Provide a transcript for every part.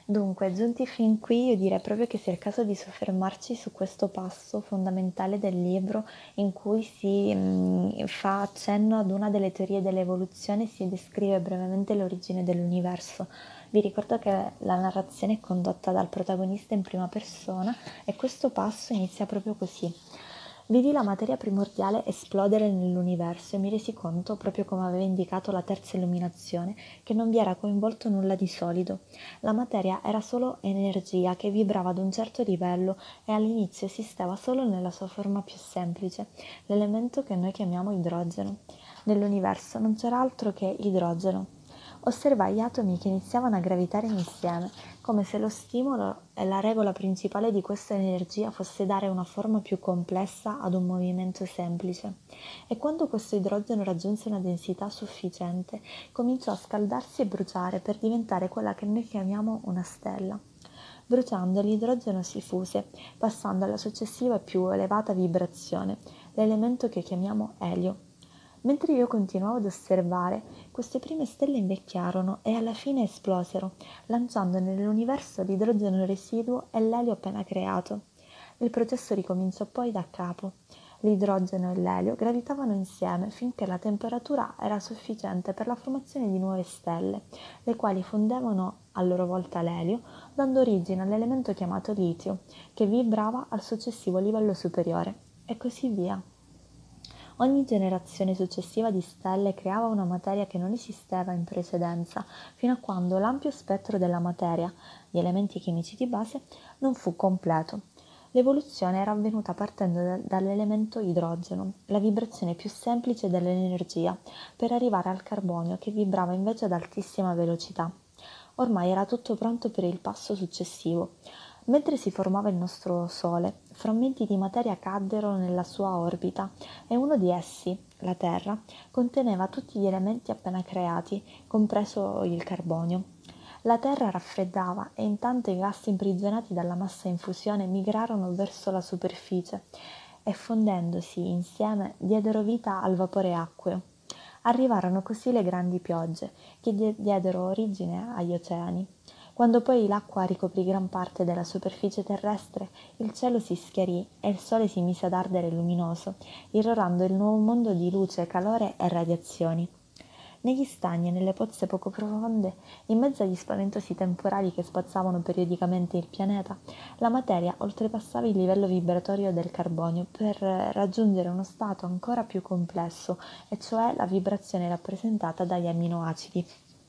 Dunque, giunti fin qui, io direi proprio che sia il caso di soffermarci su questo passo fondamentale del libro in cui si fa accenno ad una delle teorie dell'evoluzione e si descrive brevemente l'origine dell'universo. Vi ricordo che la narrazione è condotta dal protagonista in prima persona e questo passo inizia proprio così. Vidi la materia primordiale esplodere nell'universo e mi resi conto, proprio come aveva indicato la terza illuminazione, che non vi era coinvolto nulla di solido. La materia era solo energia che vibrava ad un certo livello e all'inizio esisteva solo nella sua forma più semplice, l'elemento che noi chiamiamo idrogeno. Nell'universo non c'era altro che idrogeno. Osservai gli atomi che iniziavano a gravitare insieme, come se lo stimolo e la regola principale di questa energia fosse dare una forma più complessa ad un movimento semplice. E quando questo idrogeno raggiunse una densità sufficiente, cominciò a scaldarsi e bruciare per diventare quella che noi chiamiamo una stella. Bruciando, l'idrogeno si fuse, passando alla successiva e più elevata vibrazione, l'elemento che chiamiamo elio. Mentre io continuavo ad osservare, queste prime stelle invecchiarono e alla fine esplosero, lanciando nell'universo l'idrogeno residuo e l'elio appena creato. Il processo ricominciò poi da capo. L'idrogeno e l'elio gravitavano insieme finché la temperatura era sufficiente per la formazione di nuove stelle, le quali fondevano a loro volta l'elio, dando origine all'elemento chiamato litio, che vibrava al successivo livello superiore, e così via. Ogni generazione successiva di stelle creava una materia che non esisteva in precedenza, fino a quando l'ampio spettro della materia, gli elementi chimici di base, non fu completo. L'evoluzione era avvenuta partendo dall'elemento idrogeno, la vibrazione più semplice dell'energia, per arrivare al carbonio che vibrava invece ad altissima velocità. Ormai era tutto pronto per il passo successivo. Mentre si formava il nostro Sole, frammenti di materia caddero nella sua orbita e uno di essi, la Terra, conteneva tutti gli elementi appena creati, compreso il carbonio. La Terra raffreddava e intanto i gas imprigionati dalla massa in fusione migrarono verso la superficie e fondendosi insieme diedero vita al vapore acqueo. Arrivarono così le grandi piogge che diedero origine agli oceani. Quando poi l'acqua ricoprì gran parte della superficie terrestre, il cielo si schiarì e il sole si mise ad ardere luminoso, irrorando il nuovo mondo di luce, calore e radiazioni. Negli stagni e nelle pozze poco profonde, in mezzo agli spaventosi temporali che spazzavano periodicamente il pianeta, la materia oltrepassava il livello vibratorio del carbonio per raggiungere uno stato ancora più complesso, e cioè la vibrazione rappresentata dagli amminoacidi.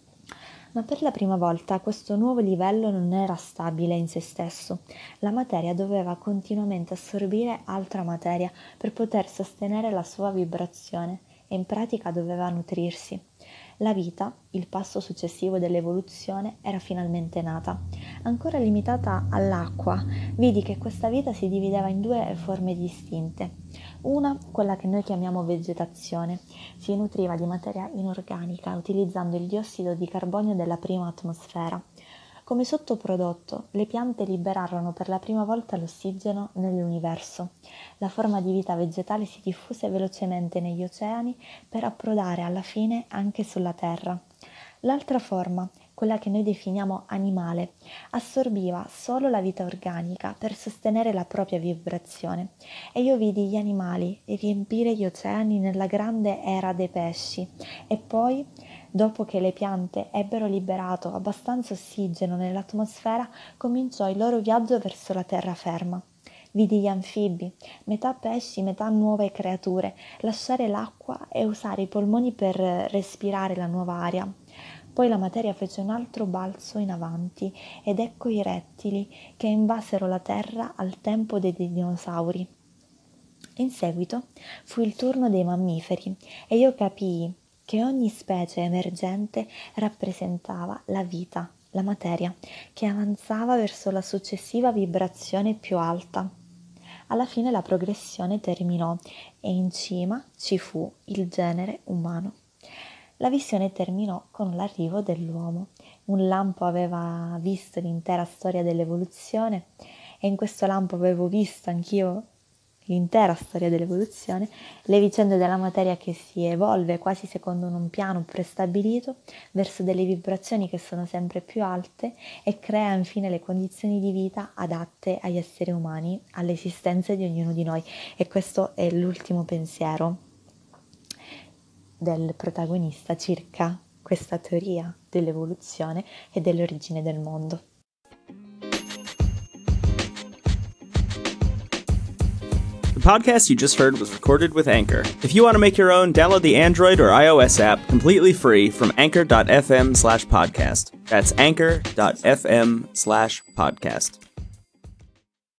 Ma per la prima volta questo nuovo livello non era stabile in se stesso. La materia doveva continuamente assorbire altra materia per poter sostenere la sua vibrazione e in pratica doveva nutrirsi. La vita, il passo successivo dell'evoluzione, era finalmente nata. Ancora limitata all'acqua, vidi che questa vita si divideva in due forme distinte. Una, quella che noi chiamiamo vegetazione, si nutriva di materia inorganica utilizzando il diossido di carbonio della prima atmosfera. Come sottoprodotto, le piante liberarono per la prima volta l'ossigeno nell'universo. La forma di vita vegetale si diffuse velocemente negli oceani per approdare alla fine anche sulla Terra. L'altra forma, quella che noi definiamo animale, assorbiva solo la vita organica per sostenere la propria vibrazione, e io vidi gli animali riempire gli oceani nella grande era dei pesci e poi, dopo che le piante ebbero liberato abbastanza ossigeno nell'atmosfera, cominciò il loro viaggio verso la terraferma. Vidi gli anfibi, metà pesci, metà nuove creature, lasciare l'acqua e usare i polmoni per respirare la nuova aria. Poi la materia fece un altro balzo in avanti ed ecco i rettili che invasero la terra al tempo dei dinosauri. In seguito fu il turno dei mammiferi e io capii che ogni specie emergente rappresentava la vita, la materia, che avanzava verso la successiva vibrazione più alta. Alla fine la progressione terminò e in cima ci fu il genere umano. La visione terminò con l'arrivo dell'uomo. Un lampo aveva visto l'intera storia dell'evoluzione e in questo lampo avevo visto anch'io l'intera storia dell'evoluzione, le vicende della materia che si evolve quasi secondo un piano prestabilito verso delle vibrazioni che sono sempre più alte e crea infine le condizioni di vita adatte agli esseri umani, all'esistenza di ognuno di noi. E questo è l'ultimo pensiero del protagonista circa questa teoria dell'evoluzione e dell'origine del mondo. The podcast you just heard was recorded with Anchor. If you want to make your own, download the Android or iOS app completely free from anchor.fm/podcast. That's anchor.fm/podcast.